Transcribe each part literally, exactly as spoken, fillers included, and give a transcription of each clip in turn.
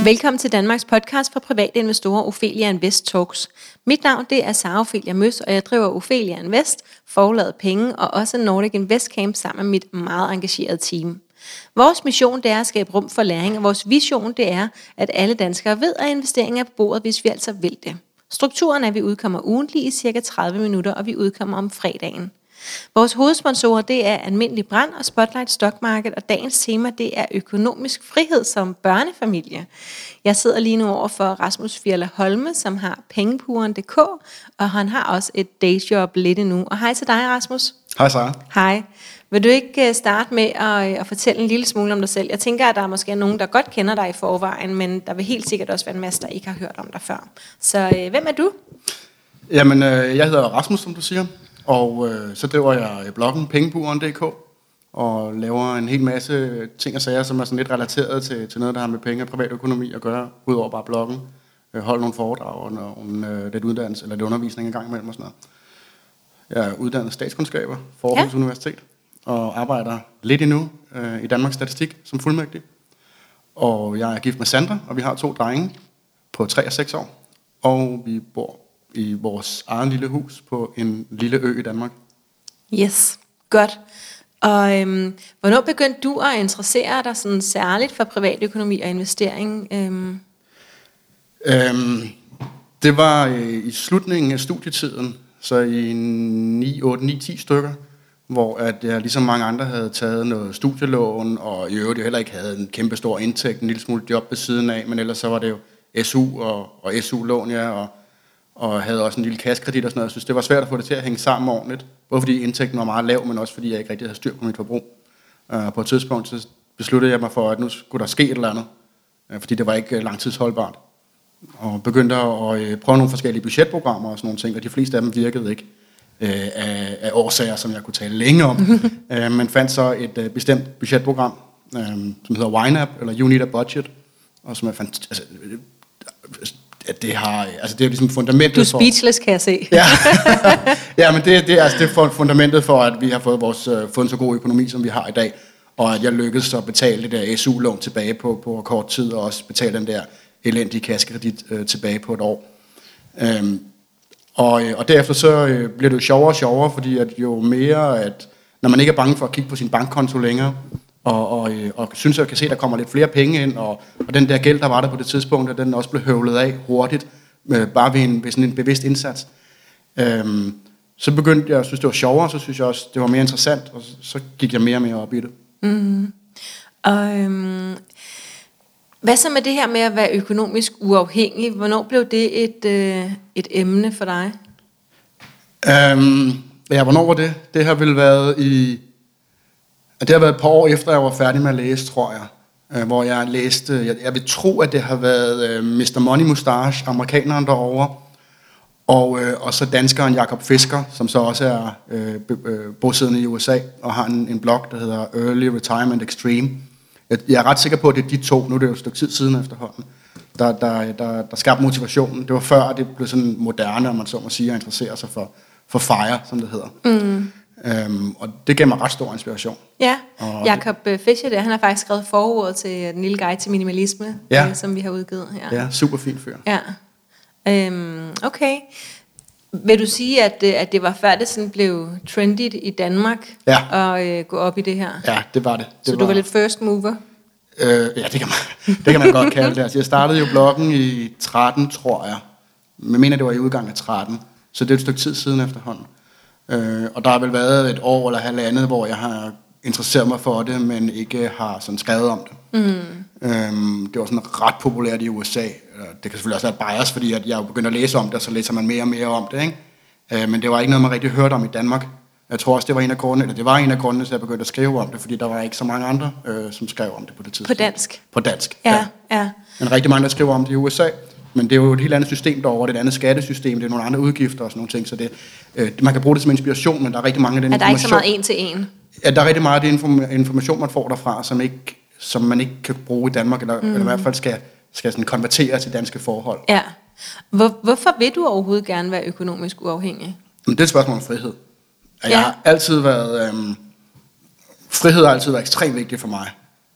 Velkommen til Danmarks podcast for private investorer, Ophelia Invest Talks. Mit navn det er Sara Ophelia Møs, og jeg driver Ophelia Invest, Forlaget Penge og også Nordic Invest Camp sammen med mit meget engagerede team. Vores mission det er at skabe rum for læring, og vores vision det er, at alle danskere ved, at investering er på bordet, hvis vi altså vil det. Strukturen er, at vi udkommer ugentlig i cirka tredive minutter, og vi udkommer om fredagen. Vores hovedsponsorer det er Almindelig Brand og Spotlight Stock Market, og dagens tema det er økonomisk frihed som børnefamilie. Jeg sidder lige nu over for Rasmus Fjerle Holme, som har pengepuren punktum d k, og han har også et dayjob lidt endnu. Og hej til dig, Rasmus. Hej, Sara. Hej. Vil du ikke starte med at, at fortælle en lille smule om dig selv? Jeg tænker, at der er måske nogen, der godt kender dig i forvejen, men der vil helt sikkert også være en masse, der ikke har hørt om dig før. Så øh, hvem er du? Jamen, øh, jeg hedder Rasmus, som du siger. Og øh, så driver jeg bloggen pengepuren punktum d k og laver en hel masse ting og sager, som er sådan lidt relateret til, til noget, der har med penge og privatøkonomi at gøre, udover bare bloggen. Jeg holder nogle foredrag og nogle, øh, lidt uddannelse eller lidt undervisning en gang imellem og sådan noget. Jeg er uddannet statskundskaber for Aarhus ja. Universitet og arbejder lidt endnu øh, i Danmarks Statistik som fuldmægtig. Og jeg er gift med Sandra, og vi har to drenge på tre og seks år. Og vi bor i vores eget lille hus på en lille ø i Danmark. Yes, godt. Og øhm, hvornår begyndte du at interessere dig sådan særligt for privatøkonomi og investering? Øhm? Øhm, det var øh, i slutningen af studietiden, så i ni, otte, ni, ti stykker, hvor at jeg ligesom mange andre havde taget noget studielån, og i øvrigt jo heller ikke havde en kæmpe stor indtægt, en lille smule job ved siden af, men ellers så var det jo S U og, og S U-lån, ja, og og havde også en lille kassekredit og sådan noget. Jeg synes, det var svært at få det til at hænge sammen ordentligt. Både fordi indtægten var meget lav, men også fordi jeg ikke rigtig havde styr på mit forbrug. Uh, på et tidspunkt så besluttede jeg mig for, at nu skulle der ske et eller andet. Uh, fordi det var ikke uh, langtidsholdbart. Og begyndte at uh, prøve nogle forskellige budgetprogrammer og sådan nogle ting, og de fleste af dem virkede ikke uh, af, af årsager, som jeg kunne tale længe om. uh, man fandt så et uh, bestemt budgetprogram, uh, som hedder YNAB, eller You Need a Budget, og som er fantastisk. Altså, at det har, altså det er ligesom fundamentet. Du er speechless, for, kan jeg se. ja, ja, men det, det, altså det er fundamentet for, at vi har fået vores uh, fået en så god økonomi, som vi har i dag, og at jeg lykkedes at betale det der S U-lån tilbage på, på kort tid, og også betale den der elendige kassekredit uh, tilbage på et år. Um, og, og derefter så uh, bliver det jo sjovere og sjovere, fordi at jo mere, at når man ikke er bange for at kigge på sin bankkonto længere, Og, og, og synes, at jeg kan se, at der kommer lidt flere penge ind, og, og den der gæld, der var der på det tidspunkt, at den også blev høvlet af hurtigt, med, bare ved, en, ved sådan en bevidst indsats. Øhm, så begyndte jeg at synes, det var sjovere, så synes jeg også, det var mere interessant, og så, så gik jeg mere og mere op i det. Mm. Og, øhm, hvad så med det her med at være økonomisk uafhængig? Hvornår blev det et, øh, et emne for dig? Øhm, ja, hvornor var det? Det har vel været i... Det har været et par år efter, jeg var færdig med at læse, tror jeg. Øh, hvor jeg læste, jeg, jeg vil tro, at det har været øh, mister Money Mustache, amerikaneren derovre, og, øh, og så danskeren Jakob Fisker, som så også er øh, øh, bosiddende i U S A, og har en, en blog, der hedder Early Retirement Extreme. Jeg, jeg er ret sikker på, at det er de to, nu er det jo et stykke tid siden efterhånden, der, der, der, der skabte motivationen. Det var før, at det blev sådan moderne, om man så må sige, at interessere sig for, for FIRE, som det hedder. Mm. Øhm, og det gav mig ret stor inspiration. Ja, og Jakob det, Fischer der, han har faktisk skrevet forordet til Den Lille Guide til Minimalisme, ja. øh, som vi har udgivet her. Ja, super fin fyr. Ja, øhm, okay. Vil du sige, at, at det var før det sådan blev trendy i Danmark ja. at øh, gå op i det her? Ja, det var det. det Så var, du var lidt first mover? Øh, ja, det kan man, det kan man godt kalde det. Altså, jeg startede jo bloggen i tretten, tror jeg. Jeg mener, det var i udgang af tretten, så det er et stykke tid siden efterhånden. Øh, og der har vel været et år eller halvandet, hvor jeg har interesseret mig for det, men ikke har sådan skrevet om det. Mm. Øhm, det var sådan ret populært i U S A. Det kan selvfølgelig også være bias, fordi at jeg er begyndt at læse om det, og så læser man mere og mere om det, ikke? Øh, men det var ikke noget, man rigtig hørte om i Danmark. Jeg tror også, det var en af grundene, eller det var en af grundene, så jeg begyndte at skrive om det, fordi der var ikke så mange andre, øh, som skrev om det på det tidspunkt. På dansk? På dansk, ja. ja. ja. Men rigtig mange, der skriver om det i U S A. Men det er jo et helt andet system derovre, det er et andet skattesystem, det er nogle andre udgifter og sådan nogle ting, så det, øh, man kan bruge det som inspiration, men der er rigtig mange af den er der information... ikke så meget en til en? Ja, der er rigtig meget af det inform- information, man får derfra, som, ikke, som man ikke kan bruge i Danmark, eller, mm. eller i hvert fald skal, skal sådan konvertere til danske forhold. Ja. Hvor, hvorfor vil du overhovedet gerne være økonomisk uafhængig? Men det er et spørgsmål om frihed. Jeg ja. har altid været... Øhm, frihed har altid været ekstremt vigtigt for mig.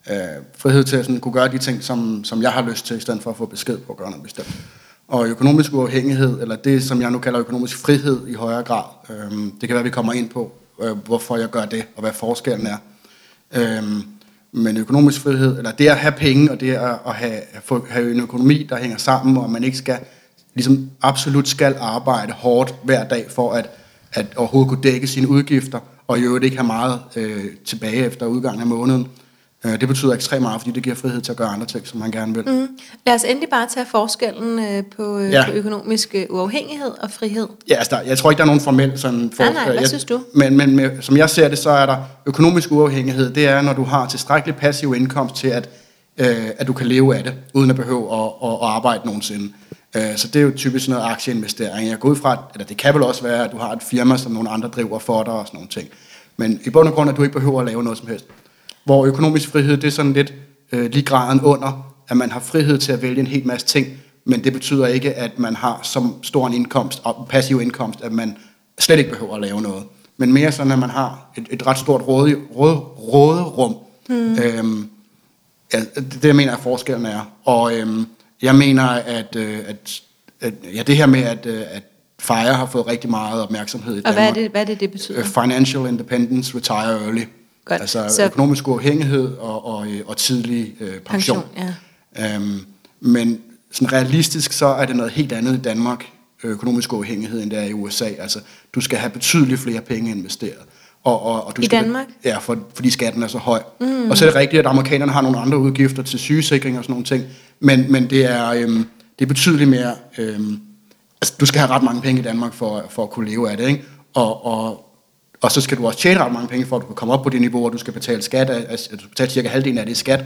øh, frihed til at sådan, kunne gøre de ting, som, som jeg har lyst til, i stedet for at få besked på at gøre noget bestemt. Og økonomisk uafhængighed, eller det, som jeg nu kalder økonomisk frihed i højere grad, øh, det kan være, at vi kommer ind på, øh, hvorfor jeg gør det, og hvad forskellen er. Øh, men økonomisk frihed, eller det at have penge, og det at, at have, have en økonomi, der hænger sammen, og man ikke skal, ligesom absolut skal arbejde hårdt hver dag, for at, at overhovedet kunne dække sine udgifter, og i øvrigt ikke have meget øh, tilbage efter udgangen af måneden. Øh, det betyder ekstremt meget, fordi det giver frihed til at gøre andre ting, som man gerne vil. Mm. Lad os endelig bare tage forskellen øh, på, øh, ja. på økonomisk øh, uafhængighed og frihed. Ja, altså, der, jeg tror ikke, der er nogen formel sådan forskel. Nej, nej, hvad jeg, synes du? Men, men med, som jeg ser det, så er der økonomisk uafhængighed, det er, når du har tilstrækkelig passiv indkomst til, at, øh, at du kan leve af det, uden at behøve at, at, at arbejde nogensinde. Så det er jo typisk noget aktieinvestering. Jeg går ud fra, eller det kan vel også være, at du har et firma, som nogle andre driver for dig og sådan nogle ting. Men i bund og grund, at du ikke behøver at lave noget som helst. Hvor økonomisk frihed, det er sådan lidt øh, lige graden under, at man har frihed til at vælge en hel masse ting, men det betyder ikke, at man har så stor en indkomst, og passiv indkomst, at man slet ikke behøver at lave noget. Men mere sådan, at man har et, et ret stort råde, råde, råderum. Hmm. Øhm, ja, det, det jeg mener, at forskellen er. Og øhm, jeg mener, at, øh, at, at ja, det her med, at, øh, at FIRE har fået rigtig meget opmærksomhed i Danmark. Og hvad er det, hvad er det, det betyder? Financial Independence, Retire Early. Godt. Altså så økonomisk uafhængighed og, og, og tidlig øh, pension. pension ja. øhm, men sådan realistisk, så er det noget helt andet i Danmark, økonomisk uafhængighed, end det er i U S A. Altså, du skal have betydeligt flere penge investeret. Og, og, og du I skal, Danmark? Ja, for, fordi skatten er så høj. Mm. Og så er det rigtigt, at amerikanerne har nogle andre udgifter til sygesikring og sådan nogle ting. Men, men det, er, øhm, det er betydeligt mere... Øhm, altså, du skal have ret mange penge i Danmark for, for at kunne leve af det, ikke? Og, og, og så skal du også tjene ret mange penge, for at du kan komme op på det niveau, hvor du skal betale skat. Altså, du skal betale cirka halvdelen af det i skat.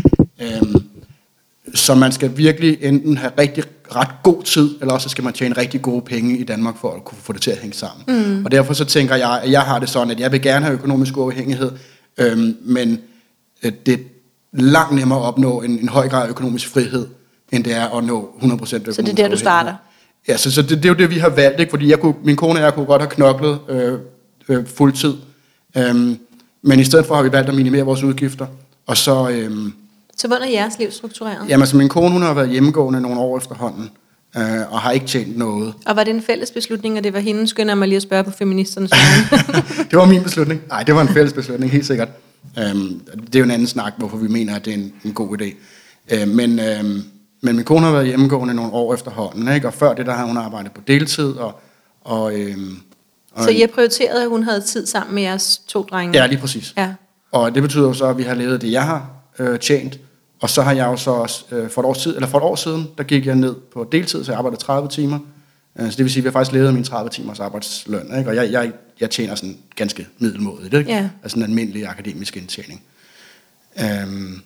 Øhm, så man skal virkelig enten have rigtig ret god tid, eller også skal man tjene rigtig gode penge i Danmark, for at kunne få det til at hænge sammen. Mm. Og derfor så tænker jeg, at jeg har det sådan, at jeg vil gerne have økonomisk uafhængighed, øhm, men øh, det er langt nemmere at opnå en, en høj grad af økonomisk frihed, end det er at nå hundrede procent økonomisk uafhængighed. Så det er der, du starter? Ja, så, så det, det er jo det, vi har valgt, ikke? Fordi jeg kunne, min kone og jeg kunne godt have knoklet øh, øh, fuld tid, øhm, men i stedet for har vi valgt at minimere vores udgifter, og så... Øhm, Så hvordan er jeres liv struktureret? Jamen, altså min kone, hun har været hjemmegående nogle år efterhånden, øh, og har ikke tjent noget. Og var det en fælles beslutning, og det var hende, skynder mig lige at spørge på feministernes Det var min beslutning. Nej, det var en fælles beslutning, helt sikkert. Øhm, det er jo en anden snak, hvorfor vi mener, at det er en, en god idé. Øh, men, øh, men min kone har været hjemmegående nogle år efterhånden, ikke? Og før det, der har hun arbejdet på deltid. Og, og, øh, og, så I har prioriteret, at hun havde tid sammen med jeres to drenge? Ja, lige præcis. Ja. Og det betyder jo så, at vi har levet det, jeg har øh, tjent. Og så har jeg jo så også, øh, for, et år tid, eller for et år siden, der gik jeg ned på deltid, så jeg arbejdede tredive timer. Øh, så det vil sige, at vi har faktisk levet min tredive timers arbejdsløn, ikke? Og jeg, jeg, jeg tjener sådan ganske middelmådigt, ikke? Ja. Altså en almindelig akademisk indtjening. Øhm.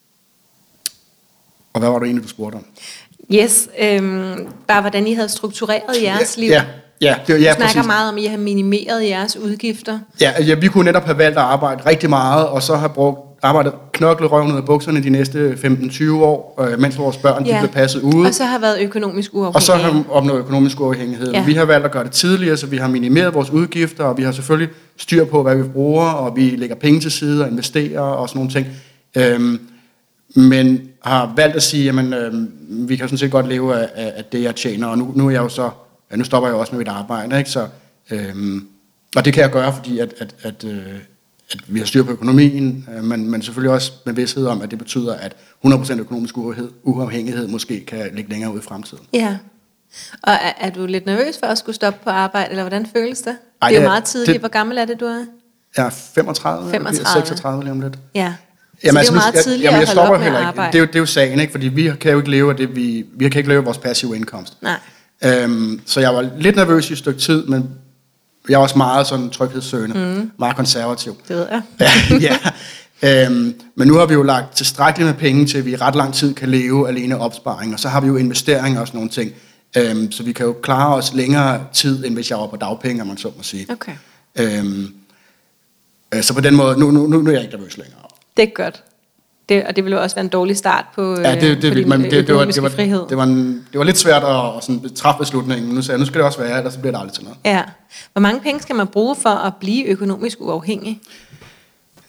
Og hvad var det egentlig, du spurgte om? Yes, øhm, bare hvordan I havde struktureret jeres ja, liv. Ja, ja, det, ja, du snakker præcis. meget om, at I har minimeret jeres udgifter. Ja, ja, vi kunne netop have valgt at arbejde rigtig meget, og så have brugt arbejdet knoklet røven ud af bukserne de næste femten tyve år, øh, mens vores børn ja. de blev passet ude. Og så har været økonomisk uafhængighed. Og så har vi opnået økonomisk uafhængighed. Ja. Vi har valgt at gøre det tidligere, så vi har minimeret vores udgifter, og vi har selvfølgelig styr på, hvad vi bruger, og vi lægger penge til side og investerer og sådan nogle ting. Øhm, men har valgt at sige, jamen, øhm, vi kan sådan set godt leve af, af det, jeg tjener, og nu, nu er jeg jo så, ja, nu stopper jeg også med mit arbejde, ikke? Så, øhm, og det kan jeg gøre, fordi at, at, at, øh, at vi har styr på økonomien, øh, men, men selvfølgelig også med vidsthed om, at det betyder, at hundrede procent økonomisk uafhængighed måske kan ligge længere ud i fremtiden. Ja. Og er, er du lidt nervøs for at skulle stoppe på arbejde, eller hvordan føles det? Ej, det er jo det, meget tidligt. Det, Hvor gammel er det, du er? Jeg er femogtredive, femogtredive. seksogtredive lige om lidt. Ja. Jamen, så det er jo meget tidligt at holde op med at arbejde. Det er, jo, det er jo sagen, ikke? Fordi vi kan jo ikke leve af det, vi, vi kan ikke leve af vores passive indkomst. Nej. Øhm, så jeg var lidt nervøs i et stykke tid, men jeg er også meget sådan tryghedssøgende, mm. meget konservativ. Det ved jeg. ja, ja. Øhm, men nu har vi jo lagt tilstrækkeligt med penge til, at vi i ret lang tid kan leve alene opsparing, og så har vi jo investeringer og sådan nogle ting. Øhm, så vi kan jo klare os længere tid, end hvis jeg var på dagpenge, om man så må sige. Okay. Øhm, øh, så på den måde, nu, nu, nu er jeg ikke nervøs længere. Det er godt. Det, og det ville jo også være en dårlig start på, ja, det, det, på din man, det, det, var, det, var, frihed. Det var, en, det var lidt svært at, at sådan, træffe beslutningen, men nu sagde jeg, nu skal det også være, ellers så bliver det aldrig til noget. Ja. Hvor mange penge skal man bruge for at blive økonomisk uafhængig?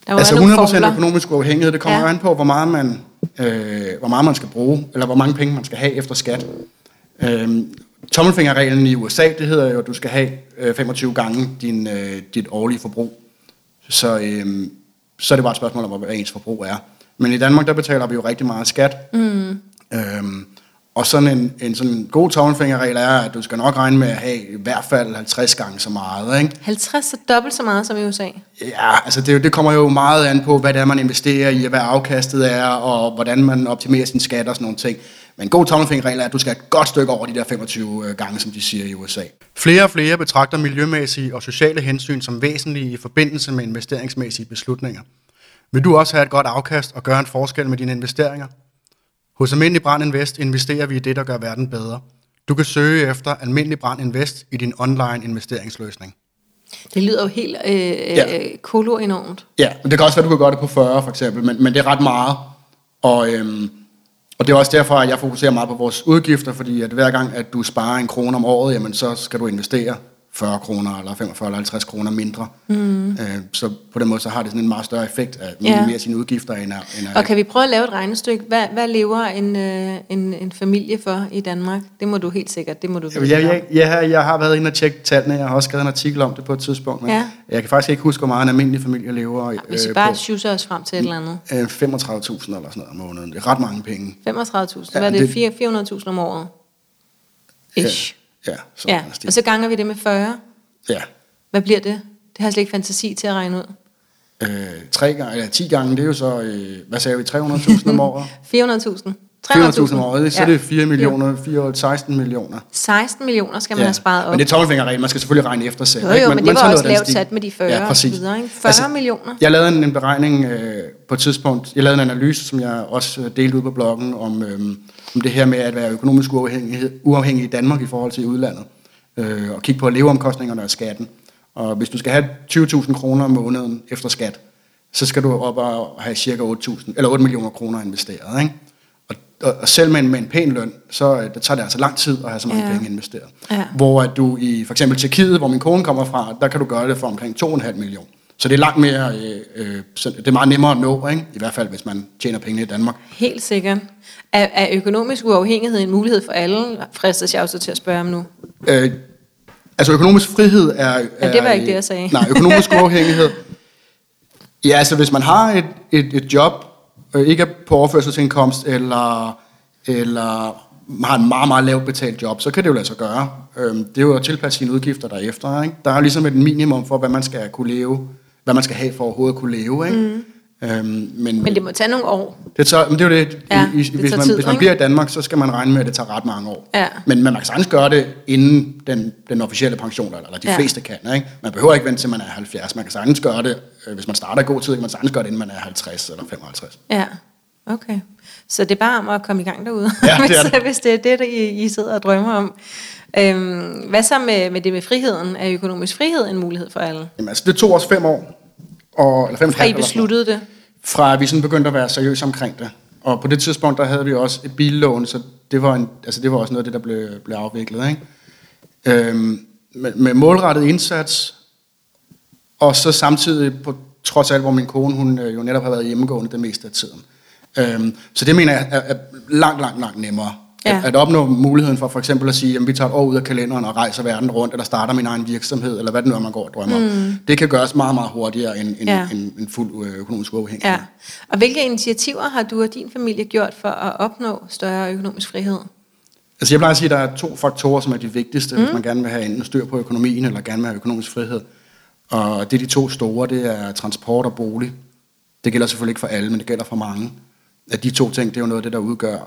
Der altså hundrede procent økonomisk uafhængighed, det kommer ja. an på, hvor meget, man, øh, hvor meget man skal bruge, eller hvor mange penge man skal have efter skat. Øh, tommelfingerreglen i U S A, det hedder jo, at du skal have øh, femogtyve gange din, øh, dit årlige forbrug. Så, øh, så er det bare et spørgsmål om, hvad ens forbrug er. Men i Danmark, der betaler vi jo rigtig meget skat. Mm. Øh, og sådan en, en sådan god tommelfingerregel er, at du skal nok regne med at have i hvert fald halvtreds gange så meget. Ikke? halvtreds så dobbelt så meget som i U S A? Ja, altså det, det kommer jo meget an på, hvad det er, man investerer i, hvad afkastet er, og hvordan man optimerer sin skat og sådan nogle ting. Men en god tommelfingerregel er, at du skal have et godt stykke over de der femogtyve gange, som de siger i U S A. Flere og flere betragter miljømæssige og sociale hensyn som væsentlige i forbindelse med investeringsmæssige beslutninger. Vil du også have et godt afkast og gøre en forskel med dine investeringer? Hos Almindelig Brand Invest investerer vi i det, der gør verden bedre. Du kan søge efter Almindelig Brand Invest i din online investeringsløsning. Det lyder jo helt øh, ja. kolo-enormt. Ja, men det kan også være, at du kan gøre det på fyrre for eksempel, men, men det er ret meget. Og, øhm, og det er også derfor, at jeg fokuserer meget på vores udgifter, fordi at hver gang, at du sparer en krone om året, jamen så skal du investere fyrre kroner eller femogfyrre eller halvtreds kroner mindre. Mm. Øh, så på den måde så har det sådan en meget større effekt at minimere ja. sine udgifter end at, end at... Og kan vi prøve at lave et regnestykke? Hvad, hvad lever en, øh, en, en familie for i Danmark? Det må du helt sikkert, det må du vide. Ja, jeg, jeg, jeg har været inde og tjekke tallene, jeg har også skrevet en artikel om det på et tidspunkt, men ja. jeg kan faktisk ikke huske, hvor meget en almindelig familie lever øh, Hvis vi bare schusser os frem til et eller andet. Øh, femogtredive tusind eller sådan noget om måneden. Det er ret mange penge. femogtredive tusind, ja, hvad er det? det fire hundrede tusind om året? Ish. Ja, ja, ja. Og så ganger vi det med fyrre. Ja. Hvad bliver det? Det har jeg slet ikke fantasi til at regne ud. Øh, tre gange, eller ti gange, det er jo så, øh, hvad sagde vi, tre hundrede tusind om året? fire hundrede tusind. fire hundrede tusind om året, så er det fire millioner, fire, seksten millioner. seksten millioner skal man ja. have sparet op. Men det er tommelfingerregel, man skal selvfølgelig regne efter selv. Jo, jo, men, men det var også lavt sat med de fyrre ja, og så videre, ikke? fyrre altså, millioner. Jeg lavede en, en beregning øh, på et tidspunkt, jeg lavede en analyse, som jeg også delte ud på bloggen, om, øh, om det her med at være økonomisk uafhængig, uafhængig i Danmark i forhold til udlandet. Øh, og kigge på leveomkostningerne og skatten. Og hvis du skal have tyve tusind kroner om måneden efter skat, så skal du op og have cirka otte tusind eller otte millioner kroner investeret, ikke? Og, og, og selv med en, med en pæn løn, så det tager det altså lang tid at have så mange ja. penge investeret. Ja. Hvor at du i for eksempel Tjekkiet, hvor min kone kommer fra, der kan du gøre det for omkring to komma fem millioner. Så det er langt mere, øh, øh, det er meget nemmere at nå, ikke? I hvert fald hvis man tjener penge i Danmark. Helt sikkert. Er, er økonomisk uafhængighed en mulighed for alle? Fristes jeg også til at spørge om nu. Øh, altså økonomisk frihed er... er ja, det var ikke det, jeg sagde. Nej, økonomisk uafhængighed. Ja, altså hvis man har et, et, et job, øh, ikke er på overførselsindkomst, eller, eller har en meget, meget lavt betalt job, så kan det jo lade sig gøre. Øh, det er jo at tilpasse sine udgifter derefter, ikke? Der er ligesom et minimum for, hvad man skal kunne leve, hvad man skal have for overhovedet at kunne leve, ikke? Mm. Øhm, men, men det må tage nogle år. Det tager, men det er jo det. Ja, I, i, det hvis, man, tid, hvis man bliver i Danmark, så skal man regne med, at det tager ret mange år. Ja. Men, men man kan sagtens gøre det inden den, den officielle pension, eller de ja. fleste kan. Ikke? Man behøver ikke vente til man er halvfjerds. Man kan sagtens gøre det, hvis man starter i god tid, kan man sagtens gøre det, inden man er halvtreds eller femoghalvtreds. Ja, okay. Så det er bare om at komme i gang derude, ja, det hvis, det. hvis det er det, der I, I sidder og drømmer om. Øhm, hvad så med, med det med friheden? Er økonomisk frihed en mulighed for alle? Jamen altså, det tog os fem år. Og, eller fem Fra I besluttede det? Fra at vi sådan begyndte at være seriøse omkring det. Og på det tidspunkt, der havde vi også et billån, så det var, en, altså det var også noget af det, der blev, blev afviklet. Ikke? Øhm, med, med målrettet indsats, og så samtidig på trods alt, hvor min kone, hun jo netop har været hjemmegående det meste af tiden. Øhm, så det mener jeg er, er langt, langt, langt nemmere. Ja. At, at opnå muligheden for for eksempel at sige, at vi tager et år ud af kalenderen og rejser verden rundt, eller starter min egen virksomhed, eller hvad det nu er, man går og drømmer mm. om. Det kan gøres meget, meget hurtigere end en, ja. en, en fuld økonomisk uafhængighed. Ja. Og hvilke initiativer har du og din familie gjort for at opnå større økonomisk frihed? Altså jeg plejer at sige, at der er to faktorer, som er de vigtigste, mm. hvis man gerne vil have enten styr på økonomien, eller gerne vil have økonomisk frihed. Og det er de to store, det er transport og bolig. Det gælder selvfølgelig ikke for alle, men det gælder for mange. At de to ting, det er jo noget af det, der udgør.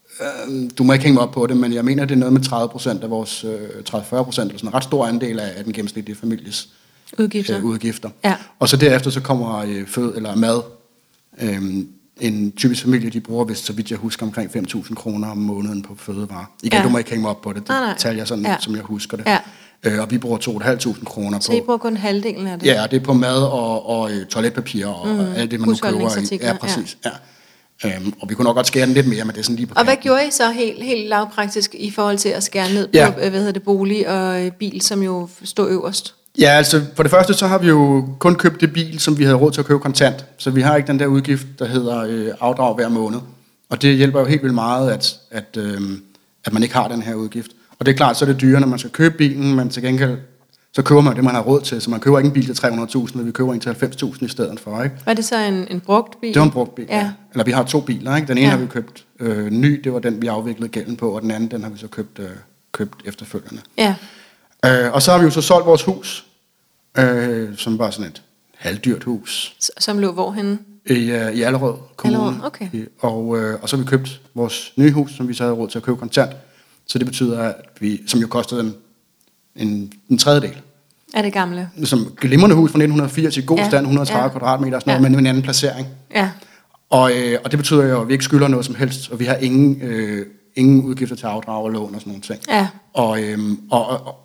Du må ikke hænge mig op på det, men jeg mener, det er noget med tredive procent af vores, tredive til fyrre procent, eller sådan en ret stor andel af den gennemsnitlige families udgifter. Øh, udgifter. Ja. Og så derefter så kommer øh, fød eller mad. Øhm, en typisk familie, de bruger, hvis så vidt jeg husker, omkring fem tusind kroner om måneden på fødevarer. Igen, ja. Du må ikke hænge mig op på det, det nej, nej. taler jeg sådan, ja. som jeg husker det. Ja. Øh, og vi bruger to tusind fem hundrede kroner på... Så I bruger kun halvdelen af det? Ja, det er på mad og, og øh, toiletpapir og, mm. og alt det, man nu køber. I. Ja, præcis. Ja. Ja. Øhm, og vi kunne nok godt skære den lidt mere, men det er sådan lige på Og hvad gjorde I så helt, helt lavpraktisk i forhold til at skære ned ja. på hvad hedder det, bolig og bil, som jo stod øverst? Ja, altså for det første, så har vi jo kun købt det bil, som vi havde råd til at købe kontant. Så vi har ikke den der udgift, der hedder øh, afdrag hver måned. Og det hjælper jo helt vildt meget, at, at, øh, at man ikke har den her udgift. Og det er klart, så er det dyre, når man skal købe bilen, men til gengæld, så køber man det, man har råd til. Så man køber ikke en bil til tre hundrede tusind, men vi køber en til halvfems tusind i stedet for, ikke? Var det så en, en brugt bil? Det var en brugt bil, ja. ja. Eller vi har to biler, ikke? Den ene ja. har vi købt øh, ny, det var den, vi afviklede gælden på, og den anden, den har vi så købt, øh, købt efterfølgende. Ja. Øh, og så har vi jo så solgt vores hus, øh, som var sådan et halvdyrt hus. Som lå hvorhenne? I, uh, i Allerød Kommune. Allerød, okay. I, og, øh, og så har vi købt vores nye hus, som vi så havde råd til at købe kontant. Så det betyder, at vi, som jo kostede en, en, en tredjedel. Er det gamle? Som glimrende hus fra nitten firs i god ja. stand, et hundrede og tredive ja. kvadratmeter, sådan ja. noget, men en anden placering. Ja. Og, øh, og det betyder jo, at vi ikke skylder noget som helst, og vi har ingen, øh, ingen udgifter til afdrag og lån og sådan nogle ting. Ja. Og, øh, og, og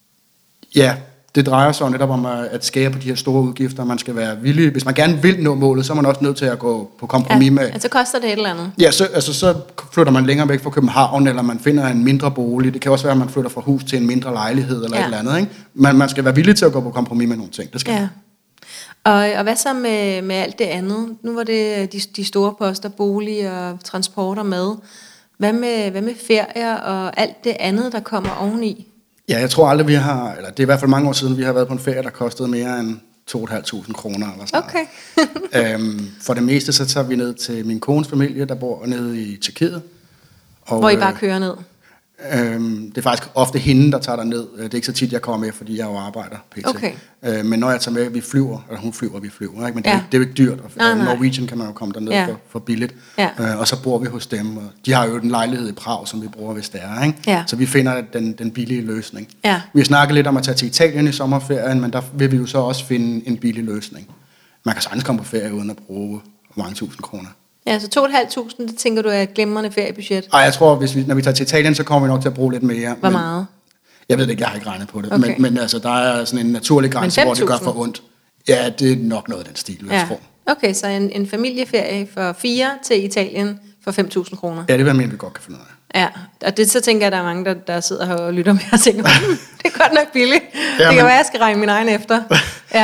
ja, det drejer sig netop om at skære på de her store udgifter. Man skal være villig. Hvis man gerne vil nå målet, så er man også nødt til at gå på kompromis ja. med... Ja, så koster det et eller andet. Ja, så, altså, så flytter man længere væk fra København, eller man finder en mindre bolig. Det kan også være, at man flytter fra hus til en mindre lejlighed, eller ja. et eller andet. Ikke? Man, man skal være villig til at gå på kompromis med nogle ting. Det skal ja. man. Og, og hvad så med, med alt det andet? Nu var det de, de store poster, bolig og transport og mad. Hvad med, hvad med ferier og alt det andet, der kommer oveni? Ja, jeg tror aldrig, vi har, eller det er i hvert fald mange år siden, vi har været på en ferie, der kostede mere end to tusind fem hundrede kroner. Eller sådan okay. øhm, for det meste, så tager vi ned til min kones familie, der bor nede i Tjekkiet. Og, hvor I bare kører ned? Øhm, det er faktisk ofte hende, der tager der ned. Det er ikke så tit, jeg kommer med, fordi jeg jo arbejder. P T. Okay. Øh, men når jeg tager med, vi flyver, eller hun flyver, vi flyver, ikke? Men det, ja. det er jo ikke dyrt. Og nej, nej. Norwegian kan man jo komme derned ja. for, for billigt. Ja. Øh, og så bor vi hos dem. Og de har jo en lejlighed i Prag, som vi bruger, hvis det er. Ikke? Ja. Så vi finder den, den billige løsning. Ja. Vi har snakket lidt om at tage til Italien i sommerferien, men der vil vi jo så også finde en billig løsning. Man kan sagtens komme på ferie uden at bruge mange tusind kroner. Ja, så to tusind fem hundrede, det tænker du er et glimrende feriebudget? Ej, jeg tror, hvis vi, når vi tager til Italien, så kommer vi nok til at bruge lidt mere. Hvor men, meget? Jeg ved det ikke, jeg har ikke regnet på det. Okay. Men, men altså, der er sådan en naturlig grænse, hvor det gør for ondt. Ja, det er nok noget af den stil, vil jeg ja. tro. Okay, så en, en familieferie for fire til Italien for fem tusind kroner? Ja, det vil jeg mene, vi godt kan finde ud af. Ja, og det, så tænker jeg, at der er mange, der, der sidder her og lytter med og tænker, det er godt nok billigt. Ja, det kan men... være, jeg skal regne min egen efter. Ja.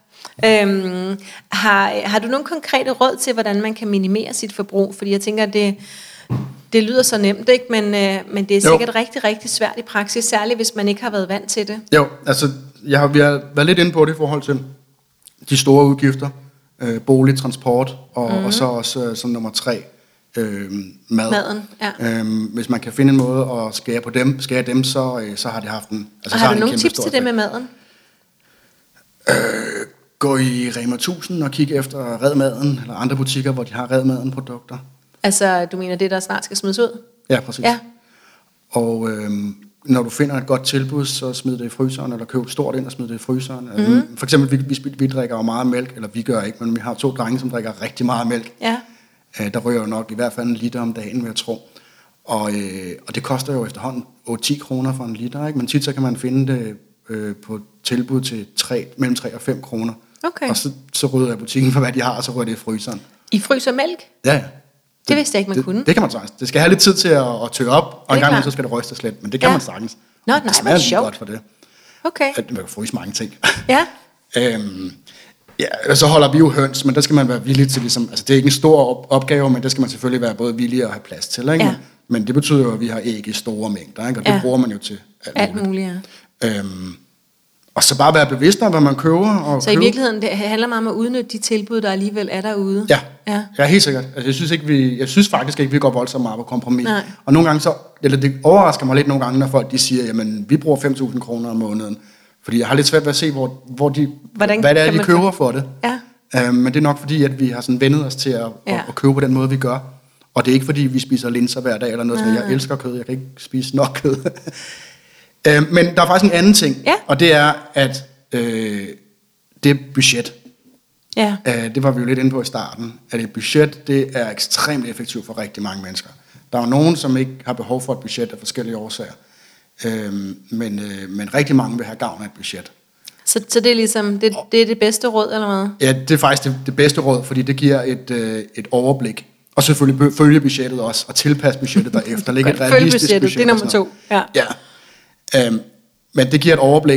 Øhm, har, har du nogle konkrete råd til, hvordan man kan minimere sit forbrug? Fordi jeg tænker, at det, det lyder så nemt, ikke? Men, øh, men det er sikkert jo. rigtig, rigtig svært i praksis, særligt hvis man ikke har været vant til det. Jo, altså jeg har, vi har været lidt inde på det i forhold til de store udgifter, øh, bolig, transport, og, mm-hmm. og så også øh, som nummer tre, øh, mad. Maden, ja. Øhm, hvis man kan finde en måde at skære på dem, skære dem så, øh, så har det haft en... Altså, og har har du nogle tips til det med maden? Øh, gå i Rema tusind og kigge efter Redmaden, eller andre butikker, hvor de har Redmaden-produkter. Altså, du mener det, der snart skal smides ud? Ja, præcis. Ja. Og øhm, når du finder et godt tilbud, så smid det i fryseren, eller køb stort ind og smid det i fryseren. Mm-hmm. For eksempel, vi, vi, vi drikker jo meget mælk, eller vi gør ikke, men vi har to drenge, som drikker rigtig meget mælk. Ja. Øh, der ryger jo nok i hvert fald en liter om dagen, vil jeg tro. Og, øh, og det koster jo efterhånden otte til ti kroner for en liter, ikke? Men tit så kan man finde det øh, på tilbud til tre, mellem tre og fem kroner. Okay. Og så, så rydder jeg butikken for, hvad de har, og så ryger det i fryseren. I fryser mælk? Ja, ja. Det, det vidste jeg ikke, man det, kunne. Det kan man sagtens. Det skal have lidt tid til at, at tørre op, og en gang så skal det rystes lidt, men det kan ja. man sagtens. Nå, det nej, smager hvor sjovt. godt for det. Okay. At man kan fryse mange ting. Ja. øhm, ja, og så holder vi jo høns, men der skal man være villig til, ligesom, altså det er ikke en stor opgave, men det skal man selvfølgelig være både villig og have plads til, ikke? Ja. Men det betyder jo, at vi har æg i store mængder, ikke? Og det ja. bruger man jo til alt, alt muligt. muligt ja. øhm, Og så bare være bevidst om, hvad man køber. Og så købe. I virkeligheden, det handler meget om at udnytte de tilbud, der alligevel er derude? Ja, ja. ja helt sikkert. Altså, jeg, synes ikke, vi, jeg synes faktisk ikke, vi går voldsomt meget på kompromis. Nej. Og nogle gange så, eller det overrasker mig lidt nogle gange, når folk de siger, jamen vi bruger fem tusind kroner om måneden. Fordi jeg har lidt svært ved at se, hvor, hvor de, Hvordan hvad det er, de køber for det. Ja. Øhm, men det er nok fordi, at vi har sådan vendet os til at, ja. at, at købe på den måde, vi gør. Og det er ikke fordi, vi spiser linser hver dag eller noget, så jeg elsker kød. Jeg kan ikke spise nok kød. øhm, men der er faktisk en anden ting, ja. og det er, at øh, det er budget. Ja. Øh, det var vi jo lidt inde på i starten, at et budget, det er ekstremt effektivt for rigtig mange mennesker. Der er jo nogen, som ikke har behov for et budget af forskellige årsager. Øhm, men, øh, men rigtig mange vil have gavn af et budget. Så, så det er ligesom, det, det er det bedste råd, eller hvad? Ja, det er faktisk det, det bedste råd, fordi det giver et, øh, et overblik. Og selvfølgelig følge budgettet også, og tilpasse budgettet derefter. Lægge et realistisk budget. Det er nummer to. Ja. ja. Øhm, men det giver et overblik,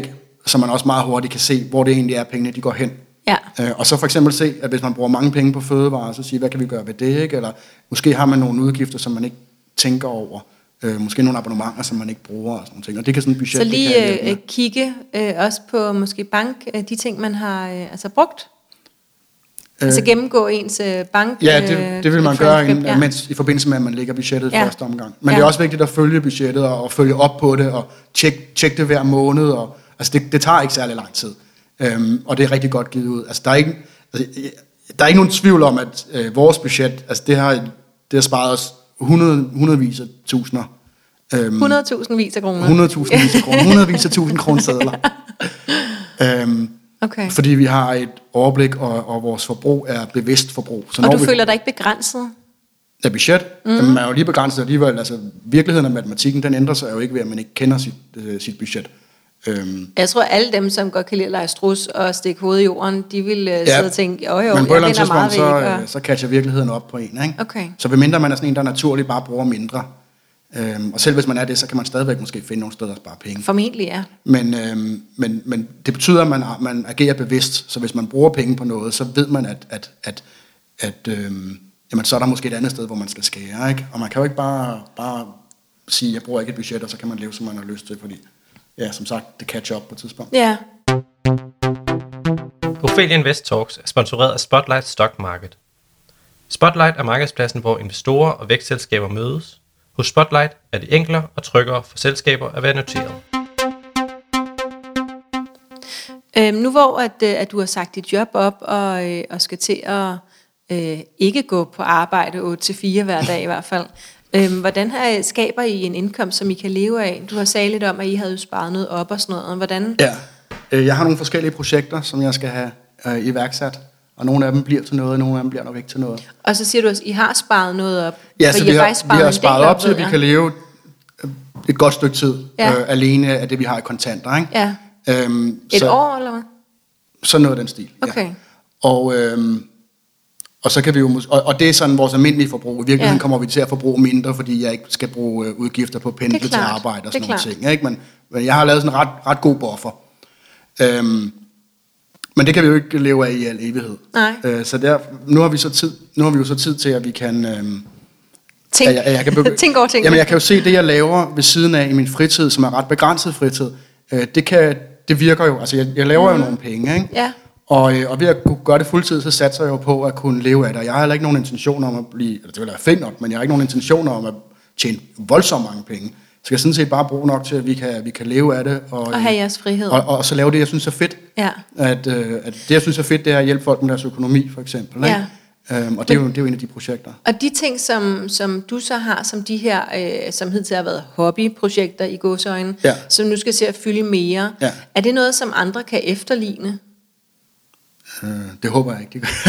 så man også meget hurtigt kan se, hvor det egentlig er, pengene de går hen. Ja. Øh, og så for eksempel se, at hvis man bruger mange penge på fødevarer, så sige, hvad kan vi gøre ved det, ikke? Eller måske har man nogle udgifter, som man ikke tænker over. Øh, måske nogle abonnementer, som man ikke bruger og sådan nogle ting. Og det kan sådan et budget, så lige det kan øh, kigge øh, også på måske bank, øh, de ting, man har øh, altså brugt. Øh, altså gennemgå ens øh, bank. Ja, det, det vil man gøre en, ja. mens, i forbindelse med, at man lægger budgettet ja. første omgang. Men ja. det er også vigtigt at følge budgettet og, og følge op på det og tjekke tjek det hver måned. Og, altså det, det tager ikke særlig lang tid. Øhm, og det er rigtig godt givet ud. Altså der er ikke, altså, der er ikke nogen tvivl om, at øh, vores budget, altså det har, det har sparet os hundrede, hundredvis af tusinder. Øhm, hundrede tusind vis af kroner. hundrede tusind vis af kroner. hundredvis af tusind kroner sedler. øhm, okay. Fordi vi har et overblik, og, og vores forbrug er bevidst forbrug. Så og du vi, føler dig ikke begrænset? Ja, budget. Mm. Jamen, man er jo lige begrænset alligevel. Altså, virkeligheden af matematikken, den ændrer sig jo ikke ved, at man ikke kender sit, øh, sit budget. Øhm. Jeg tror, alle dem, som godt kan lide at lege strus og stikke hovedet i jorden, de vil øh, ja, sidde og tænke, jo jo, men på et eller andet jeg meget tidspunkt, væk. så, Og... så catcher virkeligheden op på en. Ikke? Okay. Så ved mindre man er sådan en, der naturligt bare bruger mindre. Øhm, og selv hvis man er det, så kan man stadigvæk måske finde nogle steder at spare penge. Formentlig, ja. Men, øhm, men, men det betyder, at man, man agerer bevidst. Så hvis man bruger penge på noget, så ved man, at, at, at, at øhm, jamen, så er der måske et andet sted, hvor man skal skære. Ikke? Og man kan jo ikke bare, bare sige, jeg bruger ikke et budget, og så kan man leve, som man har lyst til, fordi ja, som sagt, det catcher op på et tidspunkt. Ja. Ophelia Invest Talks er sponsoreret af Spotlight Stock Market. Spotlight er markedspladsen, hvor investorer og vækstselskaber mødes. Hos Spotlight er det enklere og tryggere for selskaber at være noteret. Øhm, nu hvor at, at du har sagt dit job op og, øh, og skal til at øh, ikke gå på arbejde otte til fire hver dag i hvert fald, øhm, hvordan her skaber I en indkomst, som I kan leve af? Du har sagt lidt om, at I havde sparet noget op og sådan noget. Hvordan? Ja, jeg har nogle forskellige projekter, som jeg skal have øh, iværksat. Og nogle af dem bliver til noget, og nogle af dem bliver nok ikke til noget. Og så siger du også, at I har sparet noget op. Ja, så I vi har, sparet vi har sparet op, til at vi ja. kan leve et godt stykke tid ja. øh, alene af det, vi har i kontanter. Ikke? Ja. Øhm, et så, år, eller hvad? Så noget af den stil, okay. ja. Og, øhm, og så kan vi jo, og, og det er sådan vores almindelige forbrug. I virkeligheden ja. kommer vi til at forbruge mindre, fordi jeg ikke skal bruge øh, udgifter på pendle til arbejde og sådan nogle ting. Ikke? Men, men jeg har lavet sådan en ret, ret god buffer. Øhm, Men det kan vi jo ikke leve af i al evighed. Nej. Øh, så der, nu har vi så tid, nu har vi jo så tid til, at vi kan øhm, tænk, at jeg, at jeg kan begy- tænk over tingene. Jamen jeg kan jo se det, jeg laver ved siden af i min fritid, som er ret begrænset fritid. Øh, det kan, det virker jo. Altså jeg, jeg laver mm. jo nogle penge, ikke? Ja. Og, øh, og ved at kunne gøre det fuldtid, så satser jeg jo på at kunne leve af det. Og jeg har heller ikke nogen intention om at blive, eller det vil være fedt nok, men jeg har ikke nogen intention om at tjene voldsomt mange penge. Så jeg sådan set bare bruge nok til, at vi kan, vi kan leve af det. Og, og have jeres frihed. Og, og, og så lave det, jeg synes er fedt. Ja. At, øh, at det, jeg synes er fedt, det er at hjælpe folk med deres økonomi, for eksempel. Ikke? Ja. Øhm, og det er, jo, det er jo en af de projekter. Og de ting, som, som du så har, som de her, øh, som hidtil har været hobbyprojekter i gåseøjne, ja. som nu skal se at fylde mere, ja. er det noget, som andre kan efterligne? Øh, det håber jeg ikke, de gør.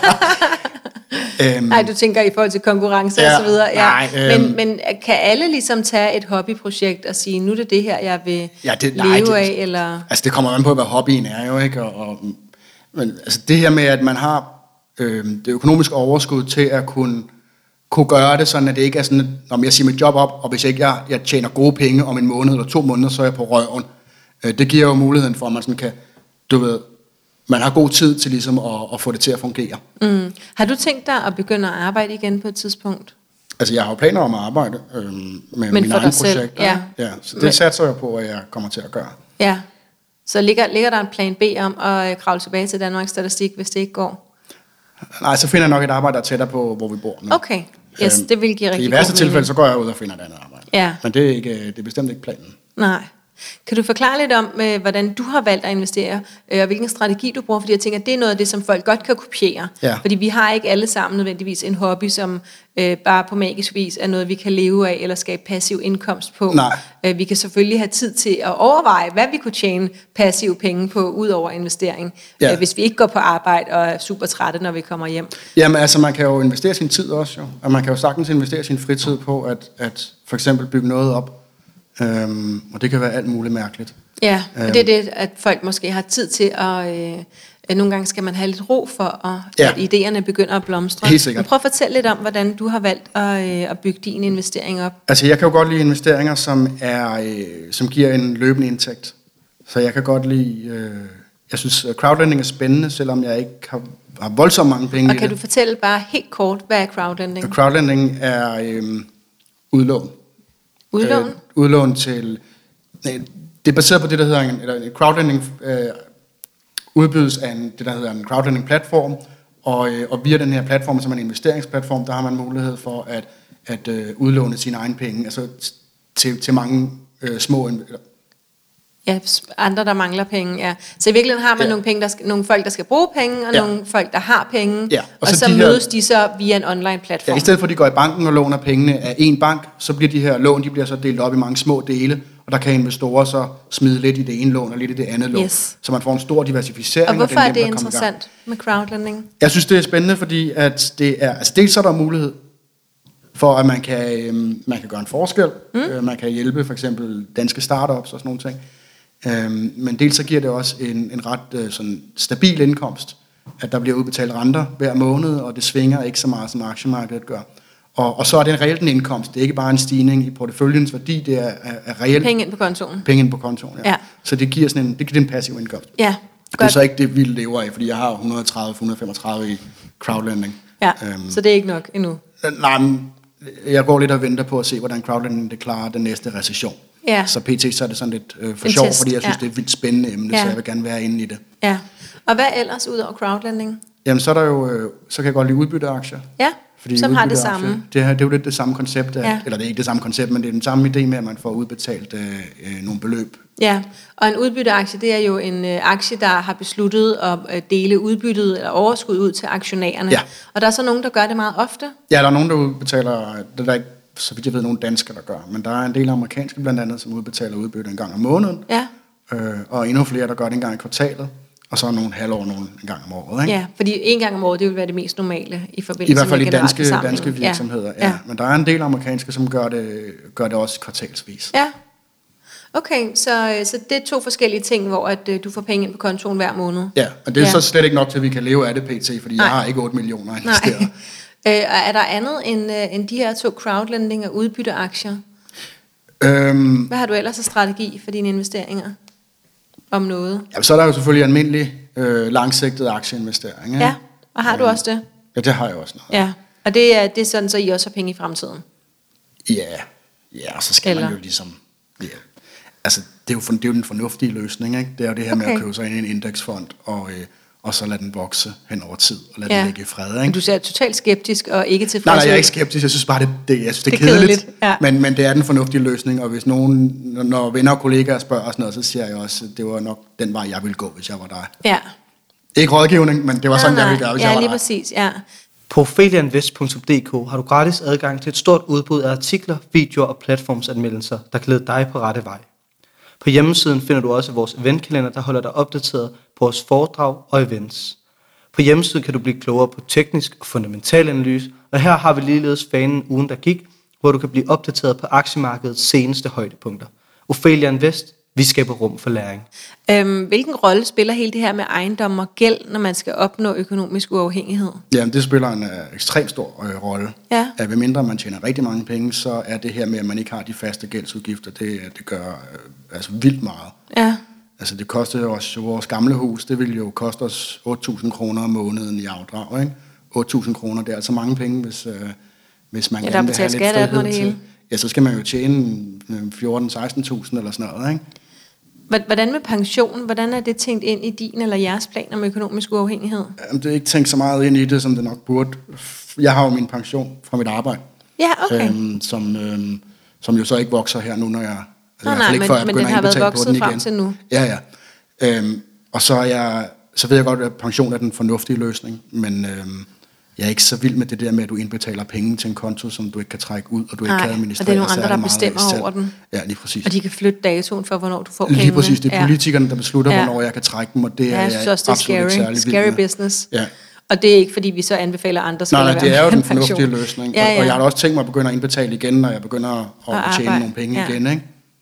øhm, nej, du tænker i forhold til konkurrence ja, og så videre. Ja. Nej, øhm, men, men kan alle ligesom tage et hobbyprojekt og sige, nu er det det her, jeg vil ja, det, leve nej, det, af? Eller? Altså det kommer an på, hvad hobbyen er jo, ikke? Og, og, men altså det her med, at man har øh, det økonomiske overskud til at kunne, kunne gøre det, sådan at det ikke er sådan, at jeg siger mit job op, og hvis ikke jeg, jeg tjener gode penge om en måned eller to måneder, så er jeg på røven. Øh, det giver jo muligheden for, at man sådan kan, du ved, man har god tid til ligesom at, at få det til at fungere. Mm. Har du tænkt dig at begynde at arbejde igen på et tidspunkt? Altså jeg har jo planer om at arbejde øh, med mine egne projekter. Ja. Ja, så det Men, satser jeg på, at jeg kommer til at gøre. Ja, så ligger, ligger der en plan B om at kravle tilbage til Danmarks Statistik, hvis det ikke går? Nej, så finder jeg nok et arbejde, der er tættere på, hvor vi bor nu. Okay, yes, det vil give rigtig I værste tilfælde, så går jeg ud og finder et andet arbejde. Ja. Men det er, ikke, det er bestemt ikke planen. Nej. Kan du forklare lidt om, øh, hvordan du har valgt at investere, øh, og hvilken strategi du bruger? Fordi jeg tænker, at det er noget af det, som folk godt kan kopiere. Ja. Fordi vi har ikke alle sammen nødvendigvis en hobby, som øh, bare på magisk vis er noget, vi kan leve af, eller skabe passiv indkomst på. Nej. Øh, vi kan selvfølgelig have tid til at overveje, hvad vi kunne tjene passive penge på, ud over investering, ja. øh, hvis vi ikke går på arbejde og er super trætte, når vi kommer hjem. Jamen altså, man kan jo investere sin tid også, jo. Og man kan jo sagtens investere sin fritid på, at, at for eksempel bygge noget op. Øhm, og det kan være alt muligt mærkeligt. Ja, og øhm. det er det, at folk måske har tid til at... Øh, nogle gange skal man have lidt ro for, at, ja. at idéerne begynder at blomstre. Helt sikkert. Men prøv at fortælle lidt om, hvordan du har valgt at, øh, at bygge din investering op. Altså, jeg kan jo godt lide investeringer, som, er, øh, som giver en løbende indtægt. Så jeg kan godt lide... Øh, jeg synes, crowdlending er spændende, selvom jeg ikke har, har voldsomt mange penge Og i kan det. du fortælle bare helt kort, hvad er crowdlending? Crowdlending er øh, udlån. Udlån? Øh, udlån til... Nej, det er baseret på det, der hedder en, eller en crowdlending... Øh, udbydes af en, det, der hedder en crowdlending-platform, og, øh, og via den her platform, som er en investeringsplatform, der har man mulighed for at, at øh, udlåne sine egne penge, altså til, til mange øh, små... Eller, Ja, andre, der mangler penge, ja. Så i virkeligheden har man ja. nogle, penge, der skal, nogle folk, der skal bruge penge, og ja. nogle folk, der har penge, ja. og, og så, så så de mødes her, de så via en online-platform. Ja, i stedet for, at de går i banken og låner pengene af en bank, så bliver de her lån, de bliver så delt op i mange små dele, og der kan investorer så smide lidt i det ene lån og lidt i det andet lån, yes. så man får en stor diversificering. Og hvorfor og er det interessant med crowdlending? Jeg synes, det er spændende, fordi at det er, altså dels så er der mulighed for, at man kan, øhm, man kan gøre en forskel. Mm. Øh, man kan hjælpe for eksempel danske startups og sådan nogle ting. Øhm, men dels så giver det også en, en ret øh, sådan stabil indkomst, at der bliver udbetalt renter hver måned, og det svinger ikke så meget, som aktiemarkedet gør. Og, og så er det en reelt en indkomst. Det er ikke bare en stigning i porteføljens værdi, det er, er, er reelt. Penge ind på kontoen. Penge ind på kontoen, ja. ja. Så det giver sådan en, det giver en passiv indkomst. Ja, det er så ikke det, vi lever af, fordi jeg har et hundrede og tredive til et hundrede og femogtredive i crowdlending. Ja, øhm, så det er ikke nok endnu. Nej, men jeg går lidt og venter på at se, hvordan crowdlending det klarer den næste recession. Ja. Så pt. Så er det sådan lidt øh, for sjov, fordi jeg synes, ja. det er et vildt spændende emne, ja. så jeg vil gerne være inde i det. Ja. Og hvad ellers ud over crowdlending? Jamen, så er der jo, øh, så kan jeg godt lide udbytteaktier. Ja, fordi som har det samme. Det, her, det er jo lidt det samme koncept, ja. eller det er ikke det samme koncept, men det er den samme idé med, at man får udbetalt øh, øh, nogle beløb. Ja, og en udbytteaktie, det er jo en øh, aktie, der har besluttet at øh, dele udbyttet eller overskud ud til aktionærerne. Ja. Og der er så nogen, der gør det meget ofte. Ja, der er nogen, der udbetaler, det er der ikke, så vidt jeg ved, nogle danskere, der gør, men der er en del amerikanske blandt andet, som udbetaler udbytte en gang om måneden, ja. øh, og endnu flere, der gør det en gang i kvartalet. Og så nogle halvår nogle en gang om året, ikke? Ja, fordi en gang om året, det vil være det mest normale i forbindelse I hvert fald med i danske, danske virksomheder, ja. Ja. ja. Men der er en del amerikanske, som gør det, gør det også kvartalsvis. Ja. Okay, så, så det er to forskellige ting, hvor at, uh, du får penge ind på kontoen hver måned. Ja, og det er ja. så slet ikke nok til, at vi kan leve af det pt, fordi Nej. jeg har ikke otte millioner investeret. Nej. øh, er der andet end, uh, end de her to crowdlending og udbytteaktier? Øhm, Hvad har du ellers af strategi for dine investeringer? Om noget? Ja, så er der jo selvfølgelig almindelig øh, langsigtet aktieinvestering. Ikke? Ja, og har du også det? Ja, det har jeg også noget. Ja, og det er, det er sådan, så I også har penge i fremtiden? Ja, ja, og så skal Eller? man jo ligesom... Ja. Altså, det er, jo for, det er jo den fornuftige løsning, ikke? Det er jo det her okay. med at købe sig ind i en indeksfond, og, øh, og så lade den vokse hen over tid, og lade ja. den ligge i fred, ikke? Men du ser totalt skeptisk og ikke tilfreds. Nej, nej, jeg er ikke skeptisk, jeg synes bare, det, det, jeg synes, det er det kedeligt, kedeligt, ja. men, men det er den fornuftige løsning, og hvis nogen, når venner og kollegaer spørger og sådan noget, så siger jeg også, at det var nok den vej, jeg ville gå, hvis jeg var dig. Ja. Ikke rådgivning, men det var sådan, nej, nej. jeg ville gøre, hvis ja, jeg var lige dig. præcis, ja. På opheliainvest punktum d k har du gratis adgang til et stort udbud af artikler, videoer og platformsanmeldelser, der kan lede dig på rette vej. På hjemmesiden finder du også vores eventkalender, der holder dig opdateret på vores foredrag og events. På hjemmesiden kan du blive klogere på teknisk og fundamental analyse, og her har vi ligeledes fanen ugen, der gik, hvor du kan blive opdateret på aktiemarkedets seneste højdepunkter. Ophelia Invest, vi skaber rum for læring. Øhm, hvilken rolle spiller hele det her med ejendom og gæld, når man skal opnå økonomisk uafhængighed? Jamen, det spiller en uh, ekstremt stor uh, rolle. Ja. At ved mindre man tjener rigtig mange penge, så er det her med, at man ikke har de faste gældsudgifter, det, det gør uh, altså vildt meget. Ja. Altså, det kostede os jo vores gamle hus, det ville jo koste os otte tusind kroner om måneden i afdrag, ikke? otte tusind kroner, det er altså mange penge, hvis, uh, hvis man ja, gerne vil have lidt frihed til. Hele. Ja, så skal man jo tjene fjorten til seksten tusind eller sådan noget, ikke? Hvordan med pension? Hvordan er det tænkt ind i din eller jeres plan om økonomisk uafhængighed? Jamen, det er ikke tænkt så meget ind i det, som det nok burde. Jeg har jo min pension fra mit arbejde. Ja, okay. Øhm, som, øhm, som jo så ikke vokser her nu, når jeg... Altså, nej, nej, ikke, men, men den har været vokset frem til nu. Ja, ja. Øhm, og så, er jeg, så ved jeg godt, at pension er den fornuftige løsning, men øhm, jeg er ikke så vild med det der med, at du indbetaler penge til en konto, som du ikke kan trække ud, og du nej, ikke kan administrere. Og det er nogle andre, der bestemmer over den. Ja, lige præcis. Og de kan flytte datoen for, hvornår du får penge. Lige præcis, det er politikerne, der beslutter, ja. hvornår jeg kan trække dem, og det ja, er jeg synes også, det er scary. Scary business. Ja. Og det er ikke, fordi vi så anbefaler andre skal nej, nej, det er jo den fornuftige pension. løsning. Ja, ja. Og jeg har da også tænkt mig at begynde at indbetale igen, når jeg begynder at, at tjene nogle penge ja. igen, ikke?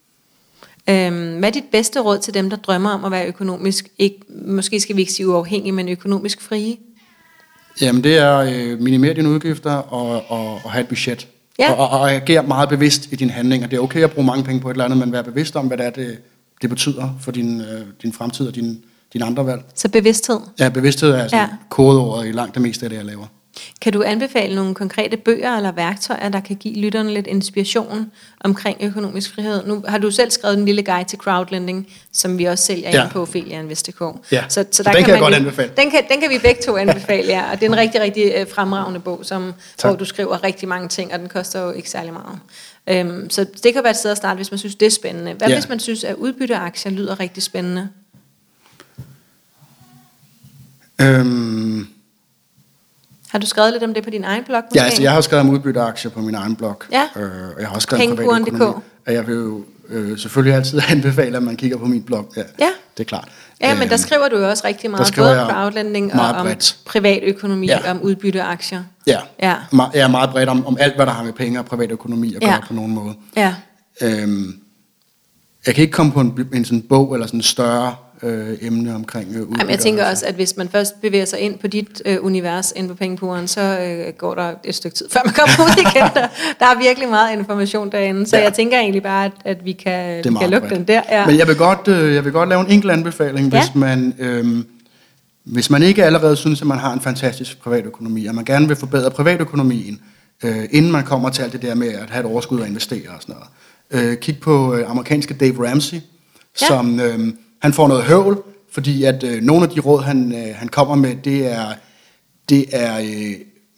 Øhm, hvad er dit bedste råd til dem, der drømmer om at være økonomisk, ikke, måske skal vi ikke sige uafhængige, men økonomisk frie? Jamen det er øh, minimere dine udgifter og, og, og have et budget. Ja. Og, og, og agere meget bevidst i dine handlinger. Det er okay at bruge mange penge på et eller andet, men være bevidst om, hvad det er, det, det betyder for din, øh, din fremtid og din, dine andre valg. Så bevidsthed. Ja, bevidsthed er altså Ja. kodeordet i langt det meste af det, jeg laver. Kan du anbefale nogle konkrete bøger eller værktøjer, der kan give lytterne lidt inspiration omkring økonomisk frihed? Nu har du selv skrevet en lille guide til crowdlending, som vi også sælger Ja. ind på Ophelia Invest punktum d k. Ja. Så, så den der kan jeg godt jo- anbefale. Den kan, den kan vi begge to anbefale, ja. Og det er en rigtig, rigtig øh, fremragende bog, som, Tak. hvor du skriver rigtig mange ting, og den koster jo ikke særlig meget. Øhm, så det kan være et sted at starte, hvis man synes, det er spændende. Hvad Ja. hvis man synes, at udbytteaktier lyder rigtig spændende? Øhm, Har du skrevet lidt om det på din egen blog? Måske? ja, altså jeg har skrevet om udbytteaktier på min egen blog. Ja. Øh, og jeg har også skrevet om Pengepuren privatøkonomi. punktum d k. Og jeg vil jo øh, selvfølgelig altid anbefale, at man kigger på min blog. Ja, Ja. det er klart. Ja, men der Øhm, skriver du jo også rigtig meget, skriver både om jeg crowdlending og meget om bredt. privatøkonomi, Ja. og om udbytteaktier. Ja, Ja. Me- jeg er meget bredt om, om alt, hvad der har med penge og privatøkonomi at gøre Ja. på nogen måde. Ja. Øhm, jeg kan ikke komme på en, en sådan bog eller sådan en større øh, emne omkring øh, udbytte. Jamen, jeg tænker også, at hvis man først bevæger sig ind på dit øh, univers, ind på pengepuren, så øh, går der et stykke tid, før man kommer ud igen. Der, der er virkelig meget information derinde, så Ja. jeg tænker egentlig bare, at, at vi kan, Det er vi kan meget lukke bredt. den der. Ja. Men jeg vil godt, øh, jeg vil godt lave en enkelt anbefaling, Ja. hvis man øh, hvis man ikke allerede synes, at man har en fantastisk privatøkonomi, og man gerne vil forbedre privatøkonomien, øh, inden man kommer til alt det der med at have et overskud og investere og sådan noget. Øh, kig på øh, amerikanske Dave Ramsey, Ja. som øh, han får noget høvl, fordi at øh, nogle af de råd, han, øh, han kommer med, det er, det er, øh,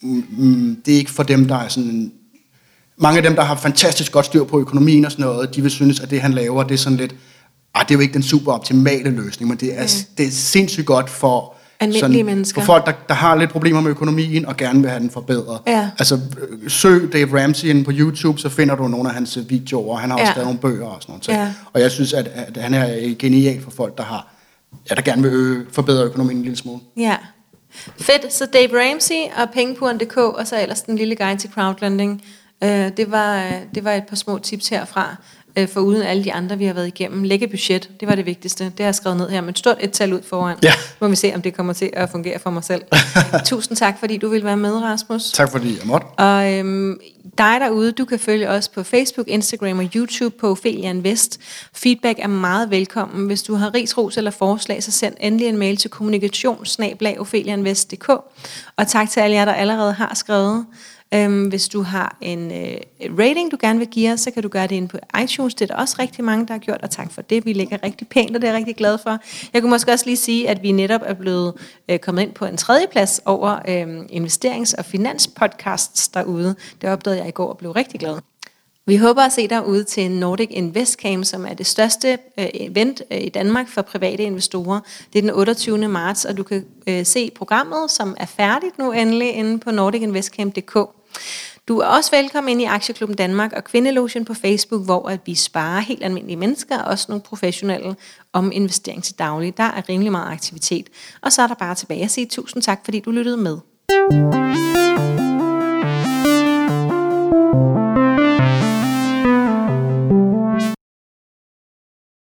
mm, det er ikke for dem, der er sådan... Mange af dem, der har fantastisk godt styr på økonomien og sådan noget, de vil synes, at det, han laver, det er sådan lidt... Ah, det er jo ikke den super optimale løsning, men det er, mm. det er sindssygt godt for... Almindelige mennesker. For folk, der, der har lidt problemer med økonomien og gerne vil have den forbedret. Ja. Altså, øh, søg Dave Ramsey inde på YouTube, så finder du nogle af hans øh, videoer, og han har også Ja. skrevet nogle bøger og sådan noget. ting. Ja. Og jeg synes, at, at han er genial for folk, der har, ja, der gerne vil øge, forbedre økonomien en lille smule. Ja. Fedt. Så Dave Ramsey og pengepuren punktum d k, og så ellers den lille guide til crowdlending. Øh, det, var, det var et par små tips herfra. Øh, for uden alle de andre, vi har været igennem. Lægge budget, det var det vigtigste. Det har jeg skrevet ned her med et stort et-tal ud foran. Ja. Må vi se, om det kommer til at fungere for mig selv. Tusind tak, fordi du ville være med, Rasmus. Tak fordi jeg måtte. Og øhm, dig derude, du kan følge os på Facebook, Instagram og YouTube på Ophelia Invest. Feedback er meget velkommen. Hvis du har ris, ros eller forslag, så send endelig en mail til kommunikation snabel-a ophelia invest punktum d k. Og tak til alle jer, der allerede har skrevet. Øhm, hvis du har en øh, rating, du gerne vil give os, så kan du gøre det inde på iTunes. Det er der også rigtig mange, der har gjort, og tak for det. Vi ligger rigtig pænt, og det er jeg rigtig glad for. Jeg kunne måske også lige sige, at vi netop er blevet øh, kommet ind på en tredje plads over øh, investerings- og finanspodcasts derude. Det opdagede jeg i går og blev rigtig glad. Vi håber at se dig ude til Nordic Invest Camp, som er det største øh, event øh, i Danmark for private investorer. Det er den otteogtyvende marts, og du kan øh, se programmet, som er færdigt nu endelig, inde på nordic invest camp punktum d k. Du er også velkommen ind i Aktieklubben Danmark og Kvindelogen på Facebook, hvor at vi sparer helt almindelige mennesker, og også nogle professionelle, om investering til daglig. Der er rimelig meget aktivitet. Og så er der bare tilbage at sige tusind tak, fordi du lyttede med.